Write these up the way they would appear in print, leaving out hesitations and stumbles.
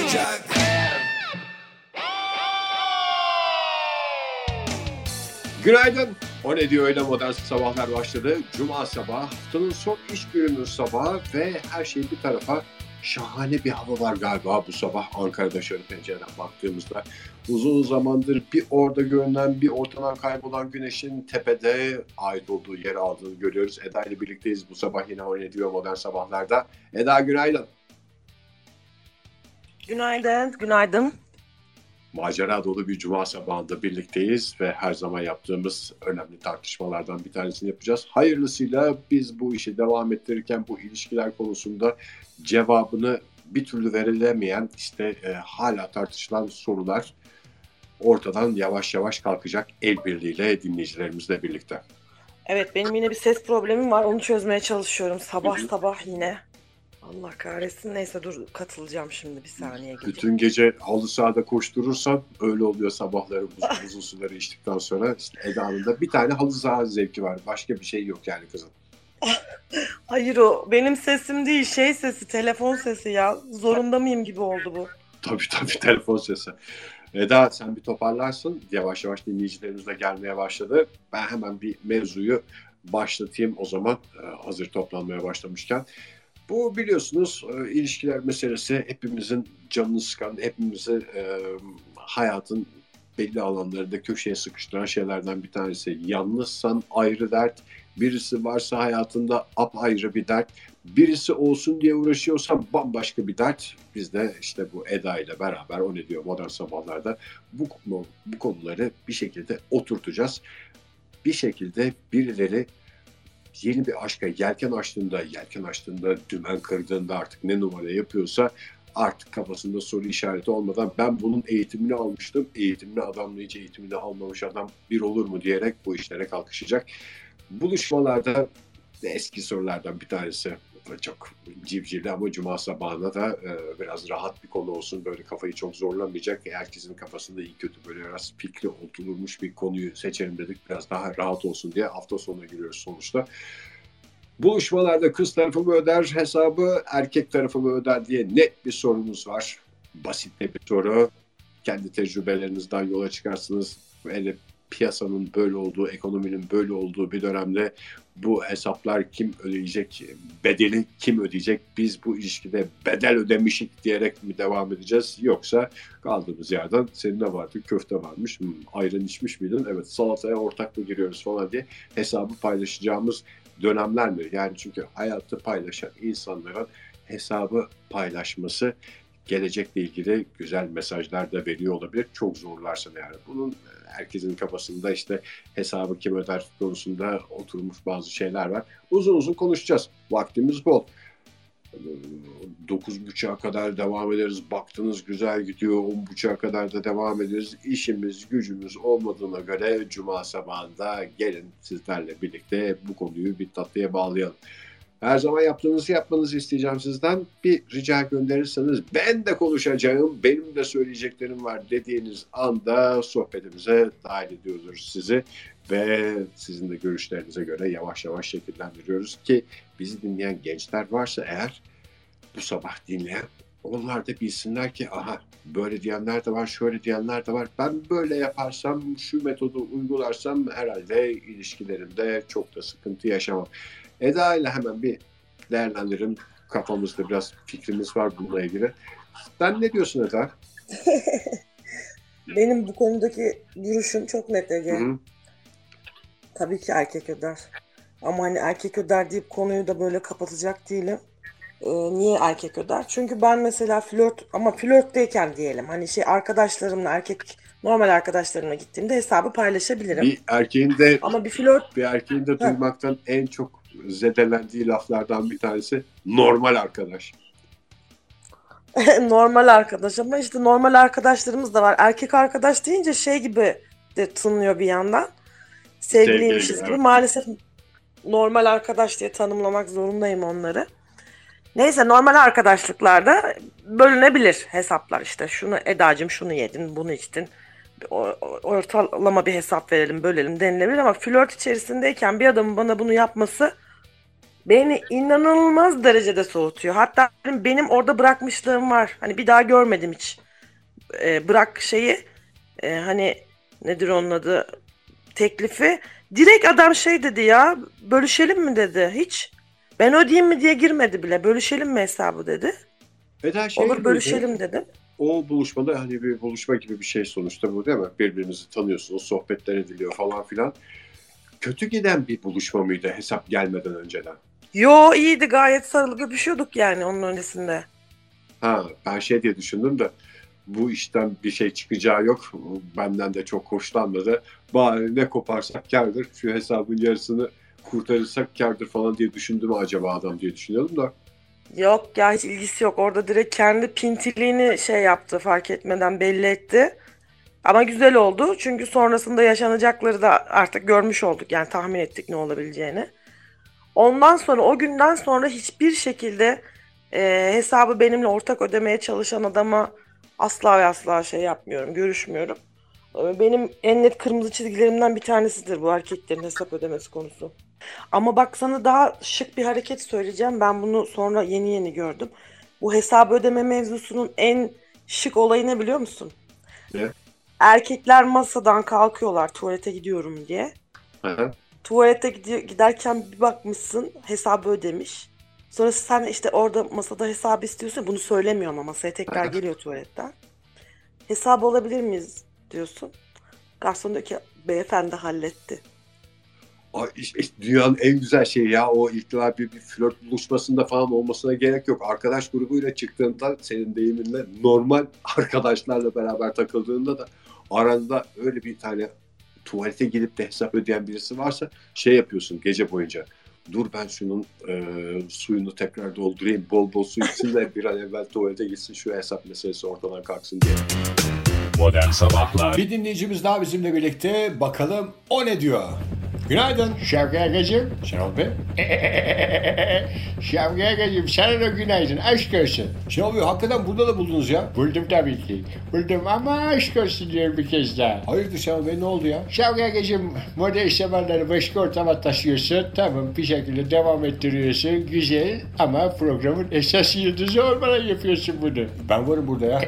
olacak. Günaydın. O ne diyor öyle modern sabahlar başladı. Cuma sabahı, haftanın son iş gününün sabahı ve her şey bir tarafa şahane bir hava var galiba bu sabah Ankara'da şöyle pencereden baktığımızda. Uzun zamandır bir orada görünen bir ortadan kaybolan güneşin tepede ait olduğu yeri aldığını görüyoruz. Eda ile birlikteyiz bu sabah yine o ne diyor modern sabahlarda. Eda günaydın. Günaydın, günaydın. Macera dolu bir cuma sabahında birlikteyiz ve her zaman yaptığımız önemli tartışmalardan bir tanesini yapacağız. Hayırlısıyla biz bu işi devam ettirirken bu ilişkiler konusunda cevabını bir türlü verilemeyen hala tartışılan sorular ortadan yavaş yavaş kalkacak el birliğiyle dinleyicilerimizle birlikte. Evet, benim yine bir ses problemim var, onu çözmeye çalışıyorum sabah yine. Allah kahretsin. Neyse dur katılacağım şimdi bir saniye. Bütün gece halı sahada koşturursan öyle oluyor sabahları uzun suları içtikten sonra. İşte Eda'nın da bir tane halı saha zevki var. Başka bir şey yok yani kızım. Hayır o benim sesim değil sesi telefon sesi ya. Zorunda mıyım gibi oldu bu. Tabii telefon sesi. Eda sen bir toparlarsın. Yavaş yavaş dinleyicilerimiz de gelmeye başladı. Ben hemen bir mevzuyu başlatayım o zaman hazır toplanmaya başlamışken. Bu biliyorsunuz ilişkiler meselesi hepimizin canını sıkan, hepimizi hayatın belli alanlarında köşeye sıkıştıran şeylerden bir tanesi. Yalnızsan ayrı dert, birisi varsa hayatında apayrı bir dert, birisi olsun diye uğraşıyorsan bambaşka bir dert. Biz de işte bu Eda ile beraber o ne diyor modern sabahlarda bu konuları bir şekilde oturtacağız. Bir şekilde birileri yeni bir aşka yelken açtığında, dümen kırdığında artık ne numara yapıyorsa artık kafasında soru işareti olmadan ben bunun eğitimini almıştım, eğitimli adamla hiç eğitimini almamış adam bir olur mu diyerek bu işlere kalkışacak. Buluşmalarda eski sorulardan bir tanesi çok civcivli ama cuma sabahına da biraz rahat bir konu olsun. Böyle kafayı çok zorlamayacak. Herkesin kafasında iyi kötü böyle biraz fikri oturulmuş bir konuyu seçelim dedik. Biraz daha rahat olsun diye hafta sonuna giriyoruz sonuçta. Buluşmalarda kız tarafı mı öder hesabı, erkek tarafı mı öder diye net bir sorumuz var. Basit bir soru. Kendi tecrübelerinizden yola çıkarsınız. Böyle piyasanın böyle olduğu, ekonominin böyle olduğu bir dönemde bu hesaplar kim ödeyecek, bedeli kim ödeyecek, biz bu ilişkide bedel ödemişik diyerek mi devam edeceğiz? Yoksa kaldığımız yerden senin ne vardı? Köfte varmış, ayran içmiş miydin? Evet, salataya ortak mı giriyoruz falan diye hesabı paylaşacağımız dönemler mi? Yani çünkü hayatı paylaşan insanların hesabı paylaşması gelecekle ilgili güzel mesajlar da veriyor olabilir. Çok zorlarsın yani. Bunun herkesin kafasında işte hesabı kim öder konusunda oturmuş bazı şeyler var. Uzun uzun konuşacağız. Vaktimiz bol. 9.30'a kadar devam ederiz. Baktınız güzel gidiyor. 10.30'a kadar da devam ederiz. İşimiz, gücümüz olmadığına göre Cuma sabahında gelin sizlerle birlikte bu konuyu bir tatlıya bağlayalım. Her zaman yapmanızı isteyeceğim sizden. Bir rica gönderirseniz ben de konuşacağım, benim de söyleyeceklerim var dediğiniz anda sohbetimize dahil ediyoruz sizi. Ve sizin de görüşlerinize göre yavaş yavaş şekillendiriyoruz ki bizi dinleyen gençler varsa eğer bu sabah dinleyen onlar da bilsinler ki aha böyle diyenler de var, şöyle diyenler de var. Ben böyle yaparsam, şu metodu uygularsam herhalde ilişkilerimde çok da sıkıntı yaşamam. Eda ile hemen bir değerlendirelim. Kafamızda biraz fikrimiz var bununla ilgili. Sen ne diyorsun Eda? Benim bu konudaki duruşum çok net Ege. Hı-hı. Tabii ki erkek öder. Ama hani erkek öder deyip konuyu da böyle kapatacak değilim. Niye erkek öder? Çünkü ben mesela flörtteyken diyelim hani arkadaşlarımla normal arkadaşlarımla gittiğimde hesabı paylaşabilirim. Bir erkeğin de Ha. duymaktan en çok zedelendiği laflardan bir tanesi normal arkadaş. Normal arkadaş ama işte normal arkadaşlarımız da var. Erkek arkadaş deyince gibi de tınlıyor bir yandan. Sevgiliymişiz gibi. Evet. Maalesef normal arkadaş diye tanımlamak zorundayım onları. Neyse normal arkadaşlıklarda bölünebilir hesaplar işte. Edacığım şunu yedin, bunu içtin. Ortalama bir hesap verelim, bölelim denilebilir ama flört içerisindeyken bir adamın bana bunu yapması Beni inanılmaz derecede soğutuyor. Hatta benim orada bırakmışlığım var. Hani bir daha görmedim hiç. Bırak şeyi. Hani nedir onun adı? Teklifi. Direkt adam şey dedi ya. Bölüşelim mi dedi. Hiç. Ben ödeyeyim mi diye girmedi bile. Bölüşelim mi hesabı dedi. Eda şey Olur miydi? bölüşelim dedim. O buluşmada hani bir buluşma gibi bir şey sonuçta bu değil mi? Birbirinizi tanıyorsunuz, sohbetler ediliyor falan filan. Kötü giden bir buluşma mıydı hesap gelmeden önceden? Yo iyiydi gayet sarılıp öpüşüyorduk yani onun öncesinde. Ha, ben şey diye düşündüm de bu işten bir şey çıkacağı yok. Benden de çok hoşlanmadı. Bari ne koparsak kârdır. Şu hesabın yarısını kurtarırsak kârdır falan diye düşündü mü acaba adam diye düşünüyordum da. Yok ya hiç ilgisi yok. Orada direkt kendi pintiliğini şey yaptı fark etmeden belli etti. Ama güzel oldu çünkü sonrasında yaşanacakları da artık görmüş olduk. Yani tahmin ettik ne olabileceğini. Ondan sonra o günden sonra hiçbir şekilde hesabı benimle ortak ödemeye çalışan adama asla ve asla şey yapmıyorum, görüşmüyorum. Benim en net kırmızı çizgilerimden bir tanesidir bu erkeklerin hesap ödemesi konusu. Ama bak sana daha şık bir hareket söyleyeceğim. Ben bunu sonra yeni yeni gördüm. Bu hesabı ödeme mevzusunun en şık olayı ne biliyor musun? Ne? Erkekler masadan kalkıyorlar tuvalete gidiyorum diye. Hı. Tuvalete giderken bir bakmışsın hesabı ödemiş. Sonra sen işte orada masada hesabı istiyorsun. Bunu söylemiyor ama masaya tekrar geliyor tuvaletten. Hesabı olabilir miyiz diyorsun. Garson diyor ki beyefendi halletti. Ay, işte dünyanın en güzel şeyi ya o ilk bir flört buluşmasında falan olmasına gerek yok. Arkadaş grubuyla çıktığında senin deyiminle normal arkadaşlarla beraber takıldığında da aranda öyle bir tane tuvalete gidip de hesap ödeyen birisi varsa şey yapıyorsun gece boyunca. Dur ben şunun suyunu tekrar doldurayım. Bol bol su içsin de bir an evvel tuvalete gitsin şu hesap meselesi ortadan kalksın diye. Modern Sabahlar. Bir dinleyicimiz daha bizimle birlikte. Bakalım o ne diyor? Günaydın. Şevki Agacığım. Şenol Bey. Şevki Agacığım sana da günaydın. Aşk olsun. Şenol Bey hakikaten burada da buldunuz ya. Buldum tabii ki. Buldum ama aşk olsun diyorum bir kez daha. Hayırdır Şenol Bey ne oldu ya? Şevki Agacığım modern sabahları başka ortama taşıyorsun. Tamam bir şekilde devam ettiriyorsun. Güzel ama programın esas yıldızı olmadan yapıyorsun bunu. Ben varım burada ya.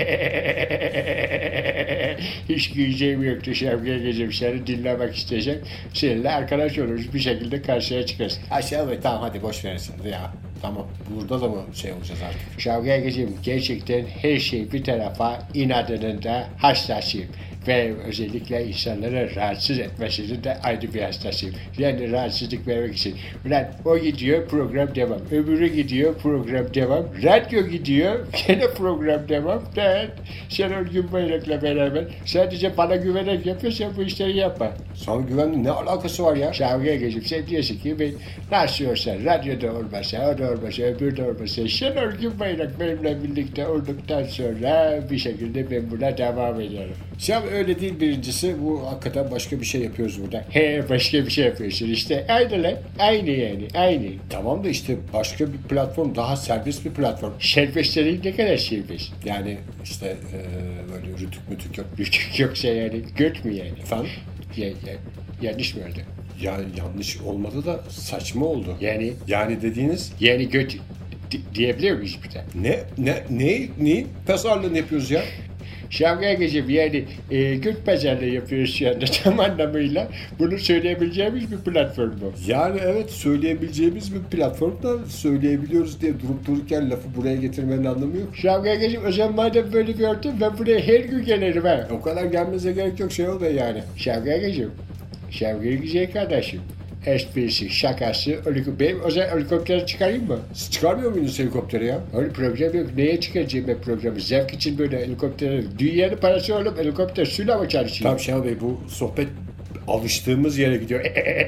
Hiç giyeceğim yoktu Şevki Agacığım. Seni dinlemek isteyecek. Seninle arkadaş oluruz. Bir şekilde karşıya çıkarız. Ha Şenol Bey tamam hadi boş verin sen de ya. Tamam burada da mı şey olacağız artık? Şevki Agacığım gerçekten her şey bir tarafa inadının da hassasıyım. Ve özellikle insanları rahatsız etmesinin de ayrı bir hastasıyım. Yani rahatsızlık vermek için. Ulan o gidiyor program devam. Öbürü gidiyor program devam. Radyo gidiyor gene program devam. Ben Şenol Günbayrak'la beraber sadece bana güvenerek yapıyorsan bu işleri yapma. Sana güvenli ne alakası var ya? Şavga geçip sen diyorsun ki ben nasıl olsa radyoda olmasa, o da olmasa, öbürü de olmasa Şenol Günbayrak benimle birlikte olduktan sonra bir şekilde ben buna devam ediyorum. Şenol öyle değil birincisi. Bu hakikaten başka bir şey yapıyoruz burada. Başka bir şey yapıyorsun işte. Aynı lan. Aynı yani. Aynı. Tamam da işte başka bir platform daha serbest bir platform. Serbestlerin ne kadar serbest? Yani işte böyle rütük mütük yok. Rütük yoksa yani göt mü yani? Efendim? Yanlış mı oldu? Ya yanlış olmadı da saçma oldu. Yani dediğiniz göt diyebiliyor muyuz bir de? ne pazarlığını yapıyoruz ya? Şavga geçip yani göt pazarlığı yapıyoruz şu anda tam anlamıyla. Bunu söyleyebileceğimiz bir platform bu. Yani evet söyleyebileceğimiz bir platform da söyleyebiliyoruz diye durup dururken lafı buraya getirmenin anlamı yok. Şavga geçip o zaman madem böyle bir ortam ben buraya her gün gelirim ha. O kadar gelmenize gerek yok Şenol Bey yani. Şavga geçip. Şavga güzel kardeşim. Esprisi, şakası, benim o zaman helikoptere çıkarayım mı? Siz çıkarmıyor muydunuz helikopteri ya? Öyle program yok. Neye çıkaracağım ben programı? Zevk için böyle helikoptere. Dünyanın parası olup helikopter suyla mı çalışıyor? Tamam Şenol Bey bu sohbet alıştığımız yere gidiyor.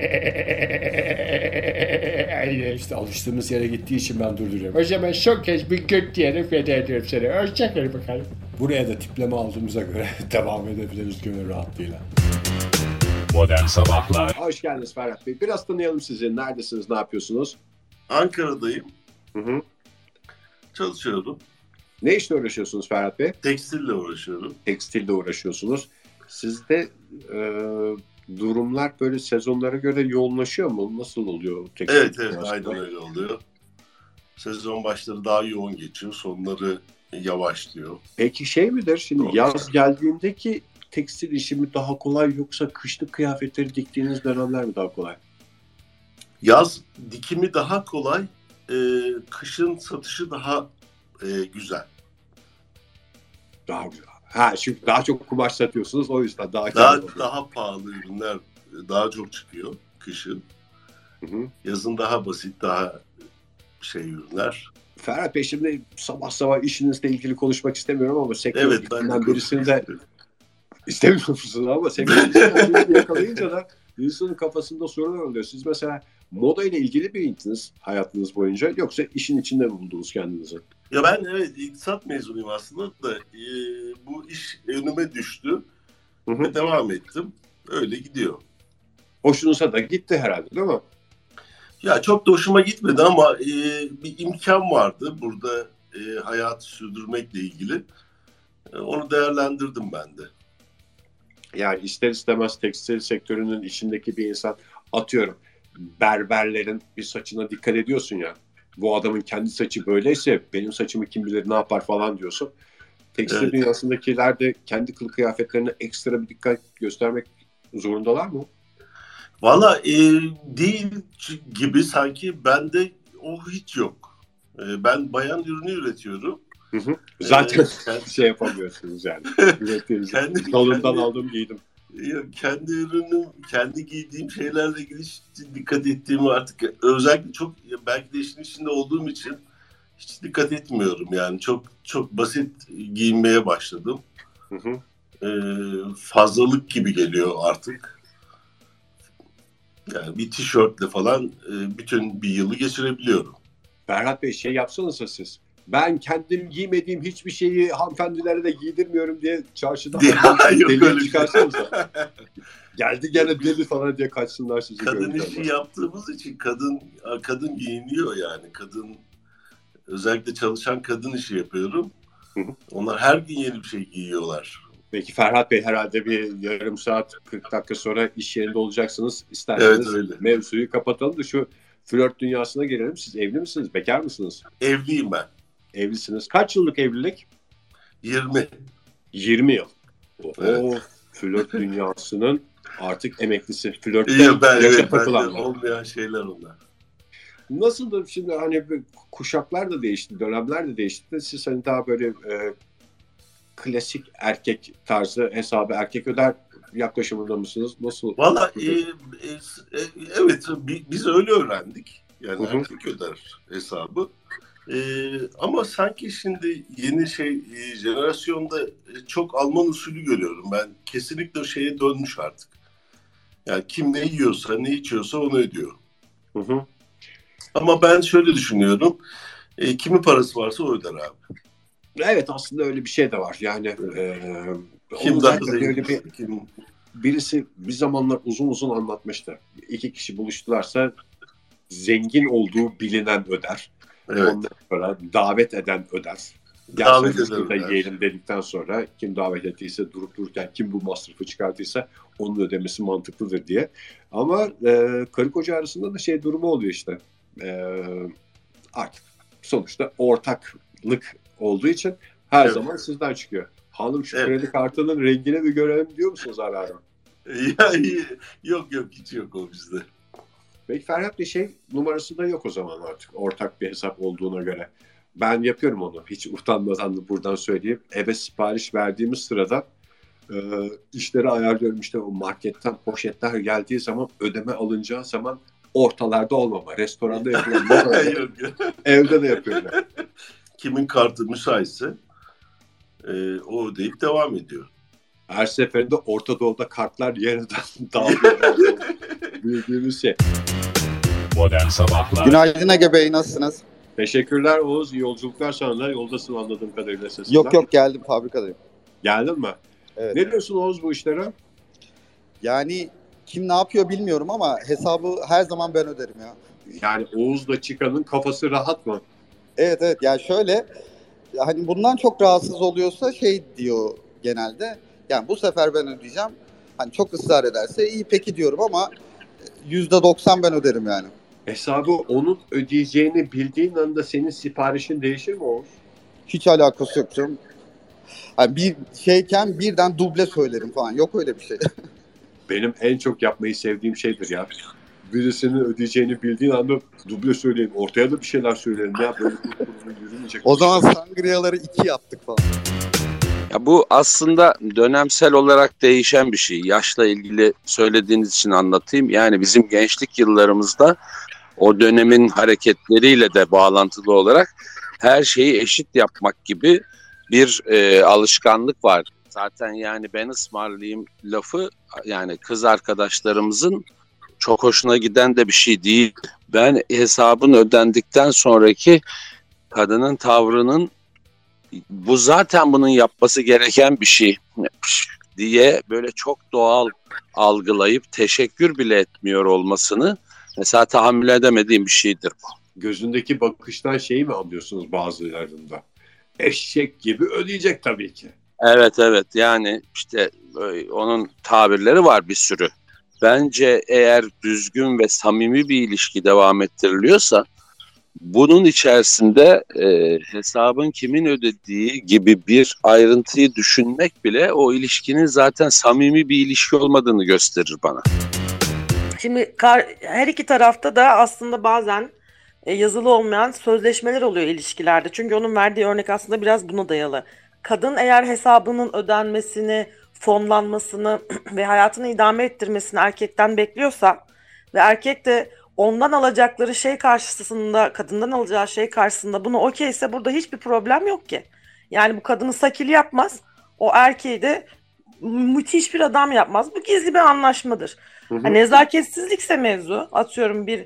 Aynen. İşte alıştığımız yere gittiği için ben durduruyorum. O zaman son kez bir göt diyerek veda ediyorum sana. Hoşçakalın bakalım. Buraya da tipleme aldığımıza göre devam edebiliriz gönül rahatlığıyla. Modern Sabahlar. Hoş geldiniz Ferhat Bey. Biraz tanıyalım sizi. Neredesiniz, ne yapıyorsunuz? Ankara'dayım. Hı hı. Çalışıyorum. Ne işle uğraşıyorsunuz Ferhat Bey? Tekstille uğraşıyorum. Tekstille uğraşıyorsunuz. Sizde durumlar böyle sezonlara göre yoğunlaşıyor mu? Nasıl oluyor tekstil Evet, dünyasında? aynen öyle oluyor. Sezon başları daha yoğun geçiyor, sonları yavaşlıyor. Peki şey midir? Şimdi Doğru. yaz geldiğindeki tekstil işi mi daha kolay yoksa kışlık kıyafetleri diktiğiniz dönemler mi daha kolay? Yaz dikimi daha kolay, kışın satışı daha güzel. Daha güzel. Ha, çünkü daha çok kumaş satıyorsunuz, o yüzden daha kârlı oluyor. Daha pahalı ürünler daha çok çıkıyor kışın. Hı hı. Yazın daha basit, daha ürünler. Ferhat Bey, şimdi sabah sabah işinizle ilgili konuşmak istemiyorum ama sektör Evet, ben de içinden birisini de konuşmak istemiyor musunuz ama sektör içinden birisini yakalayınca da insanın kafasında sorular oluyor. Siz mesela moda ile ilgili miydiniz hayatınız boyunca, yoksa işin içinde mi buldunuz kendinizi? Ya ben evet iktisat mezunuyum aslında da bu iş önüme düştü Hı hı. ve devam ettim. Öyle gidiyor. Hoşunuza da gitti herhalde, değil mi? Ya çok da hoşuma gitmedi ama bir imkan vardı burada hayatı sürdürmekle ilgili. Onu değerlendirdim ben de. Yani ister istemez tekstil sektörünün içindeki bir insan, atıyorum berberlerin bir saçına dikkat ediyorsun ya. Bu adamın kendi saçı böyleyse benim saçımı kim bilir ne yapar falan diyorsun. Tekstil Evet. dünyasındakiler de kendi kılık kıyafetlerine ekstra bir dikkat göstermek zorundalar mı? Valla değil gibi, sanki bende o hiç yok. Ben bayan ürünü üretiyorum. Hı hı. Zaten kendi- şey yapamıyorsunuz yani. Ürettiğiniz. Kendi- Dalından kendi- aldım giydim. Yok, kendi ürünüm, kendi giydiğim şeylerle ilgili hiç dikkat ettiğimi artık, özellikle çok belki de işin içinde olduğum için hiç dikkat etmiyorum. Yani çok çok basit giyinmeye başladım. Hı hı. Fazlalık gibi geliyor artık. Yani bir tişörtle falan bütün bir yılı geçirebiliyorum. Ferhat Bey, şey yapsanıza siz. Ben kendim giymediğim hiçbir şeyi hanımefendilere de giydirmiyorum diye çarşıda Yok deliye öyle şey. çıkarsanıza. Geldi gene deli falan diye kaçsınlar sizi Kadın görünce. işi yaptığımız için kadın giyiniyor yani. Kadın, özellikle çalışan kadın işi yapıyorum. Hı hı. Onlar her gün yeni bir şey giyiyorlar. Peki Ferhat Bey, herhalde bir yarım saat 40 dakika sonra iş yerinde olacaksınız. İsterseniz Evet, öyle. mevzuyu kapatalım da şu flört dünyasına gelelim. Siz evli misiniz? Bekar mısınız? Evliyim ben. Evlisiniz. Kaç yıllık evlilik? 20. 20 yıl. Oho, Evet. flört dünyasının artık emeklisi. Flörtte İyi, ben yaşa bende takılanlar. olmayan şeyler onlar. Nasıldır şimdi, hani kuşaklar da değişti, dönemler de değişti. Siz hani daha böyle klasik erkek tarzı, hesabı erkek öder yaklaşımında mısınız? Nasıl? Valla evet, biz öyle öğrendik. Yani Hı hı. erkek öder hesabı. Ama sanki şimdi yeni jenerasyonda çok Alman usulü görüyorum. Ben kesinlikle o şeye dönmüş artık. Yani kim ne yiyorsa, ne içiyorsa onu ödüyor. Hı hı. Ama ben şöyle düşünüyorum. Kimin parası varsa o öder abi. Evet, aslında öyle bir şey de var. Yani Kim onu daha zaten öyle zengin, kim... birisi bir zamanlar uzun uzun anlatmıştı. İki kişi buluştularsa zengin olduğu bilinen öder. Evet. Ondan sonra davet eden öder. Davet Gelsin eden da öder. yiyelim dedikten sonra kim davet ettiyse, durup dururken kim bu masrafı çıkartıysa onun ödemesi mantıklıdır diye. Ama karı koca arasında da şey durumu oluyor işte. Artık sonuçta ortaklık olduğu için her Evet. zaman sizden çıkıyor. Hanım, şu Evet. kredi kartının rengini bir görelim diyor musunuz ara ara? Yok hiç yok o bizde. Peki Ferhat, bir şey numarası da yok o zaman artık, ortak bir hesap olduğuna göre. Ben yapıyorum onu. Hiç utanmadan da buradan söyleyeyim. Eve sipariş verdiğimiz sırada işleri ayarlıyorum. İşte o marketten poşetler geldiği zaman, ödeme alınacağı zaman ortalarda olmama. Restoranda yapıyorum. Yok. Evde de yapıyorum. Yani. Kimin kartı müsaitse o ödeyip devam ediyor. Her seferinde Orta Doğu'da kartlar yeniden dağılıyor. Büyüdüğümüz şey. Modern Sabahlar. Günaydın Ege Bey, nasılsınız? Teşekkürler Oğuz. İyi yolculuklar sana da. Yoldasın anladığım kadarıyla sesinden. Yok geldim, fabrikadayım. Geldin mi? Evet. Ne diyorsun Oğuz bu işlere? Yani kim ne yapıyor bilmiyorum ama hesabı her zaman ben öderim ya. Yani Oğuz'la Çıkan'ın kafası rahat mı? Evet yani şöyle, hani bundan çok rahatsız oluyorsa şey diyor genelde. Yani bu sefer ben ödeyeceğim. Hani çok ısrar ederse iyi peki diyorum ama %90 ben öderim yani. Hesabı onun ödeyeceğini bildiğin anda senin siparişin değişir mi Oğuz? Hiç alakası yok canım. Hani bir şeyken birden duble söylerim falan. Yok öyle bir şey. Benim en çok yapmayı sevdiğim şeydir ya. Birisinin ödeyeceğini bildiğin anda duble söyleyeyim. Ortaya da bir şeyler söylerim. Ya böyle kurulun yürümeyecek. O zaman sangriyaları 2 yaptık falan. Ya bu aslında dönemsel olarak değişen bir şey. Yaşla ilgili söylediğiniz için anlatayım. Yani bizim gençlik yıllarımızda o dönemin hareketleriyle de bağlantılı olarak her şeyi eşit yapmak gibi bir alışkanlık var. Zaten yani ben ısmarlayayım lafı yani kız arkadaşlarımızın çok hoşuna giden de bir şey değil. Ben hesabın ödendikten sonraki kadının tavrının bu zaten bunun yapması gereken bir şey diye böyle çok doğal algılayıp teşekkür bile etmiyor olmasını mesela tahammül edemediğim bir şeydir bu. Gözündeki bakıştan şeyi mi anlıyorsunuz bazılarında? Eşek gibi ödeyecek tabii ki. Evet yani işte onun tabirleri var bir sürü. Bence eğer düzgün ve samimi bir ilişki devam ettiriliyorsa bunun içerisinde hesabın kimin ödediği gibi bir ayrıntıyı düşünmek bile o ilişkinin zaten samimi bir ilişki olmadığını gösterir bana. Şimdi her iki tarafta da aslında bazen yazılı olmayan sözleşmeler oluyor ilişkilerde. Çünkü onun verdiği örnek aslında biraz buna dayalı. Kadın eğer hesabının ödenmesini, fonlanmasını ve hayatını idame ettirmesini erkekten bekliyorsa ve erkek de ondan alacakları şey karşısında, kadından alacağı şey karşısında bunu okeyse burada hiçbir problem yok ki. Yani bu kadını sakil yapmaz, o erkeği de müthiş bir adam yapmaz. Bu gizli bir anlaşmadır. Yani nezaketsizlikse mevzu, atıyorum bir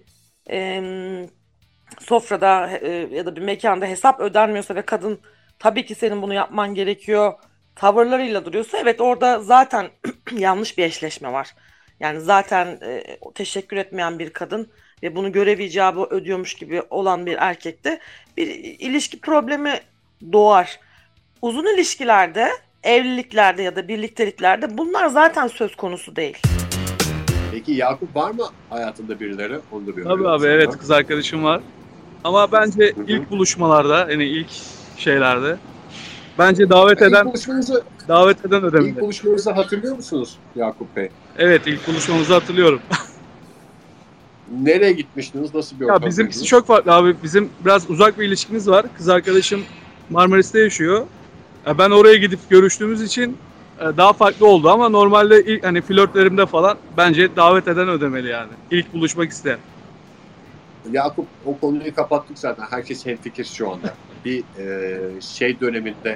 sofrada ya da bir mekanda hesap ödenmiyorsa ve kadın tabii ki senin bunu yapman gerekiyor tavırlarıyla duruyorsa evet orada zaten yanlış bir eşleşme var. Yani zaten teşekkür etmeyen bir kadın ve bunu görev icabı ödüyormuş gibi olan bir erkekte bir ilişki problemi doğar. Uzun ilişkilerde, evliliklerde ya da birlikteliklerde bunlar zaten söz konusu değil. Peki Yakup var mı hayatında birileri? Onu da bir Tabii abi evet kız arkadaşım var. Ama bence ilk buluşmalarda yani ilk şeylerde bence davet eden ödemeli. İlk buluşmanızı hatırlıyor musunuz Yakup Bey? Evet ilk buluşmamızı hatırlıyorum. Nereye gitmiştiniz? Nasıl bir ortam? Ya bizimkisi çok farklı abi. Bizim biraz uzak bir ilişkimiz var. Kız arkadaşım Marmaris'te yaşıyor. Ben oraya gidip görüştüğümüz için daha farklı oldu ama normalde ilk hani flörtlerimde falan bence davet eden ödemeli yani. İlk buluşmak isteyen. Yakup o konuyu kapattık zaten. Herkes hemfikir şu anda. Bir şey döneminde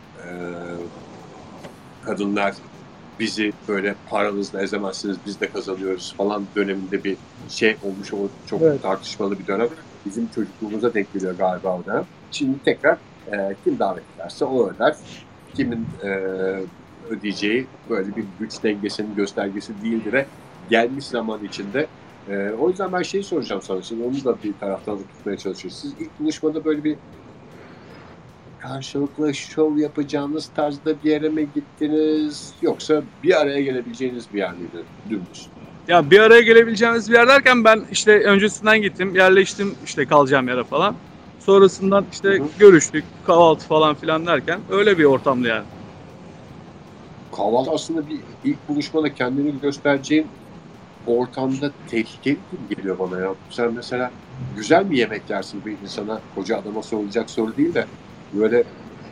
kadınlar bizi böyle paranızla ezemezsiniz biz de kazanıyoruz falan döneminde bir şey olmuş. O çok evet. Tartışmalı bir dönem. Bizim çocukluğumuza denk geliyor galiba o dönem. Şimdi tekrar kim davet ederse o öder. Kimin ödeyeceği böyle bir güç dengesinin göstergesi değildir ve gelmiş zaman içinde o yüzden ben şeyi soracağım sana. Şimdi onu da bir taraftan tutmaya çalışıyoruz. Siz ilk buluşmada böyle bir karşılıklı şov yapacağınız tarzda bir yere mi gittiniz? Yoksa bir araya gelebileceğiniz bir yer miydi dümdüz? Ya bir araya gelebileceğimiz bir yer derken ben işte öncesinden gittim, yerleştim işte kalacağım yere falan. Sonrasından işte görüştük, kahvaltı falan filan derken öyle bir ortamdı yani. Kahvaltı aslında bir ilk buluşmada kendini göstereceğin ortamda tehlikeli gibi geliyor bana ya. Sen mesela güzel mi yemek yersin bir insana, koca adama sorulacak soru değil de böyle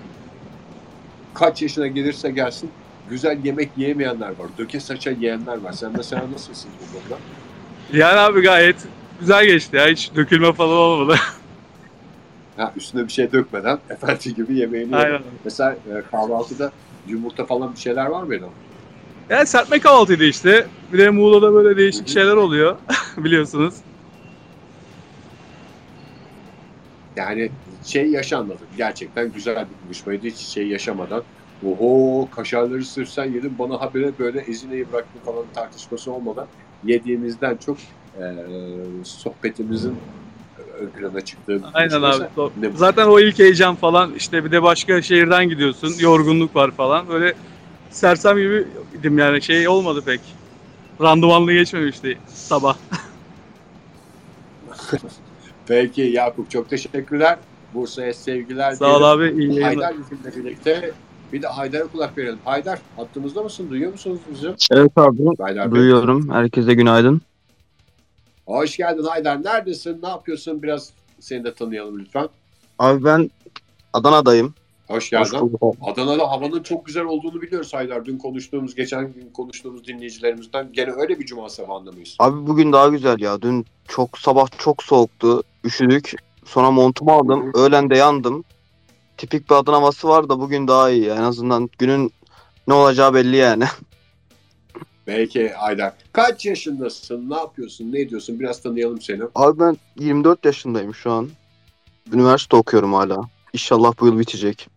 kaç yaşına gelirse gelsin güzel yemek yiyemeyenler var. Döke saça yiyenler var. Sen mesela nasılsın bu konuda? Yani abi gayet güzel geçti ya. Hiç dökülme falan olmadı. Ha, üstüne bir şey dökmeden efendi gibi yemeğini yiyor. Mesela kahvaltıda yumurta falan bir şeyler var mıydı? Yani serpme kahvaltıydı işte. Bir de Muğla'da böyle değişik şeyler oluyor. Biliyorsunuz. Yani şey yaşanmadı. Gerçekten güzel bir buluşmaydı. Hiç şey yaşamadan. Oho kaşarları sırsan yedim bana habere böyle ezineyi bıraktın falan tartışması olmadan yediğimizden çok sohbetimizin ön plana çıktığı. Aynen abi. Zaten o ilk heyecan falan işte bir de başka şehirden gidiyorsun. Yorgunluk var falan. Böyle sersem gibiydim yani şey olmadı pek. Randımanlı geçmemişti sabah. Peki Yakup, çok teşekkürler. Bursa'ya sevgiler. Sağ ol abi, iyi yayınlar. Haydar bizimle birlikte. Bir de Haydar'a kulak verelim. Haydar, hattımızda mısın? Duyuyor musunuz bizi? Evet abi, Haydar duyuyorum. Herkese günaydın. Hoş geldin Haydar. Neredesin? Ne yapıyorsun? Biraz seni de tanıyalım lütfen. Abi ben Adana'dayım. Hoş geldin. Adana'da havanın çok güzel olduğunu biliyoruz Haydar. Geçen gün konuştuğumuz dinleyicilerimizden gene öyle bir cuma sabahında mıyız? Abi bugün daha güzel ya. Dün sabah çok soğuktu. Üşüdük. Sonra montumu aldım. Öğlen de yandım. Tipik bir Adana havası var da bugün daha iyi. En azından günün ne olacağı belli yani. Belki Haydar. Kaç yaşındasın? Ne yapıyorsun? Ne ediyorsun? Biraz tanıyalım seni. Abi ben 24 yaşındayım şu an. Üniversite okuyorum hala. İnşallah bu yıl bitecek.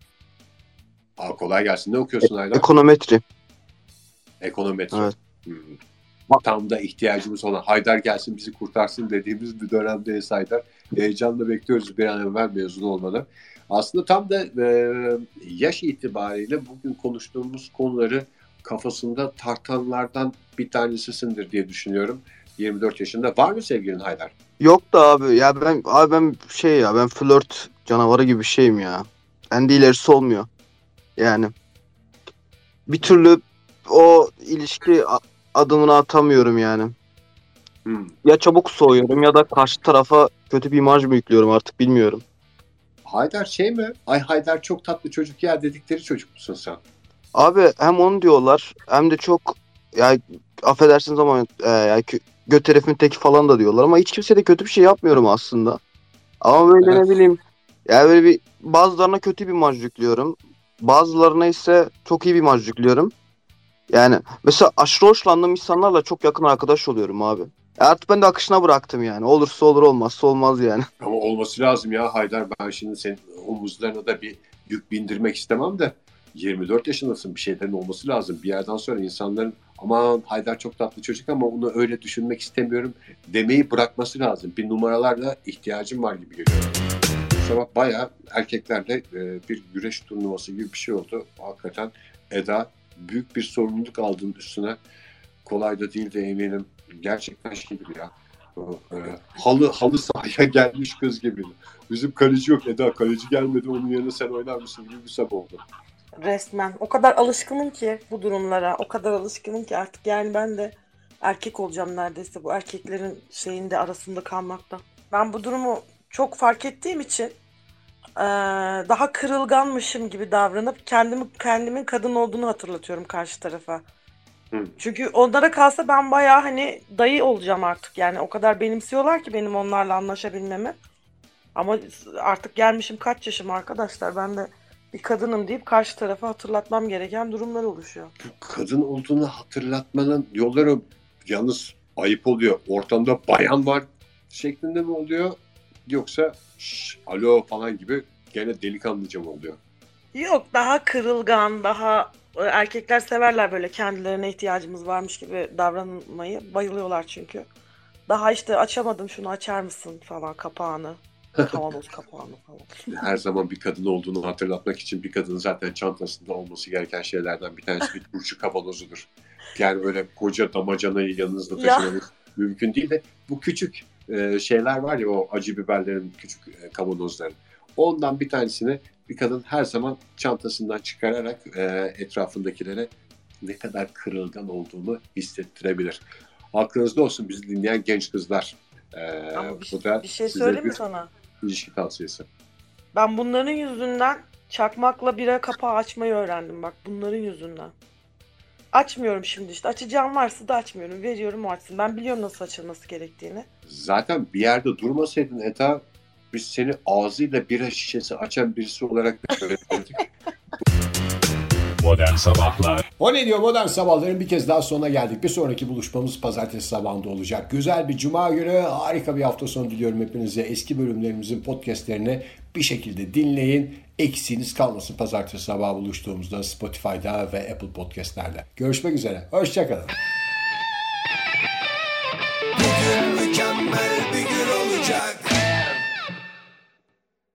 Kolay gelsin. Ne okuyorsun Haydar? Ekonometri. Ekonometri. Evet. Tam da ihtiyacımız olan Haydar gelsin bizi kurtarsın dediğimiz bir dönemdeyiz Haydar. Heyecanla bekliyoruz bir an evvel mezun olmalı. Aslında tam da yaş itibariyle bugün konuştuğumuz konuları kafasında tartanlardan bir tanesisindir diye düşünüyorum. 24 yaşında. Var mı sevgilin Haydar? Yok da abi ya ben flört canavarı gibi bir şeyim ya. Bende ilerisi olmuyor. Yani bir türlü o ilişki adımını atamıyorum yani. Ya çabuk soğuyorum ya da karşı tarafa kötü bir imaj mı yüklüyorum artık bilmiyorum. Haydar şey mi? Ay Haydar çok tatlı çocuk ya dedikleri çocuk musun sen? Abi hem onu diyorlar hem de çok ya affedersiniz ama göt herifin teki falan da diyorlar ama hiç kimse de kötü bir şey yapmıyorum aslında. Ama böyle ne bileyim ya böyle bir bazılarına kötü bir imaj yüklüyorum. Bazılarına ise çok iyi bir imaj yüklüyorum. Yani mesela aşırı hoşlandığım insanlarla çok yakın arkadaş oluyorum abi. Artık ben de akışına bıraktım yani. Olursa olur olmazsa olmaz yani. Ama olması lazım ya Haydar. Ben şimdi senin omuzlarına da bir yük bindirmek istemem de 24 yaşındasın, bir şeylerin olması lazım. Bir yerden sonra insanların aman Haydar çok tatlı çocuk ama onu öyle düşünmek istemiyorum demeyi bırakması lazım. Bir numaralarla ihtiyacım var gibi geliyor. Bu sabah bayağı erkeklerle bir güreş turnuvası gibi bir şey oldu. Hakikaten Eda büyük bir sorumluluk aldığın üstüne. Kolay da değil de eminim. Gerçekten şey gibi ya. Halı sahaya gelmiş kız gibi. Bizim kaleci yok Eda. Kaleci gelmedi. Onun yerine sen oynar mısın gibi bir sabah oldu. Resmen. O kadar alışkınım ki bu durumlara. O kadar alışkınım ki artık yani ben de erkek olacağım neredeyse bu erkeklerin şeyinde arasında kalmaktan. Ben bu durumu çok fark ettiğim için daha kırılganmışım gibi davranıp kendimin kadın olduğunu hatırlatıyorum karşı tarafa. Çünkü onlara kalsa ben bayağı hani dayı olacağım artık yani o kadar benimsiyorlar ki benim onlarla anlaşabilmemi. Ama artık gelmişim kaç yaşım arkadaşlar, ben de bir kadınım deyip karşı tarafa hatırlatmam gereken durumlar oluşuyor. Kadın olduğunu hatırlatmanın yolları yalnız ayıp oluyor. Ortamda bayan var şeklinde mi oluyor? Yoksa alo falan gibi gene delikanlıca mı oluyor? Yok, daha kırılgan, daha erkekler severler böyle kendilerine ihtiyacımız varmış gibi davranmayı. Bayılıyorlar çünkü. Daha işte açamadım şunu açar mısın falan kapağını. Kavanoz kapağını falan. Her zaman bir kadın olduğunu hatırlatmak için bir kadının zaten çantasında olması gereken şeylerden bir tanesi bir turşu kavanozudur. Yani öyle koca damacanayı yanınızda taşımanız mümkün değil de bu küçük şeyler var ya, o acı biberlerin küçük kavanozları. Ondan bir tanesini bir kadın her zaman çantasından çıkararak etrafındakilere ne kadar kırılgan olduğunu hissettirebilir. Aklınızda olsun bizi dinleyen genç kızlar. Ama Bu da bir şey söyleyeyim mi sana? İlişki tavsiyesi. Ben bunların yüzünden çakmakla bira kapağı açmayı öğrendim bak, bunların yüzünden. Açmıyorum şimdi işte. Açacağım varsa da açmıyorum. Veriyorum o açsın. Ben biliyorum nasıl açılması gerektiğini. Zaten bir yerde durmasaydın Eda, biz seni ağzıyla bira şişesi açan birisi olarak öğretmedik. Modern Sabahlar. O ne diyor Modern Sabahların bir kez daha sonuna geldik. Bir sonraki buluşmamız pazartesi sabahında olacak. Güzel bir cuma günü, harika bir hafta sonu diliyorum hepinize. Eski bölümlerimizin podcastlerini bir şekilde dinleyin. Eksiğiniz kalmasın pazartesi sabahı buluştuğumuzda Spotify'da ve Apple Podcast'lerde. Görüşmek üzere. Hoşçakalın. Bugün mükemmel bir gün olacak.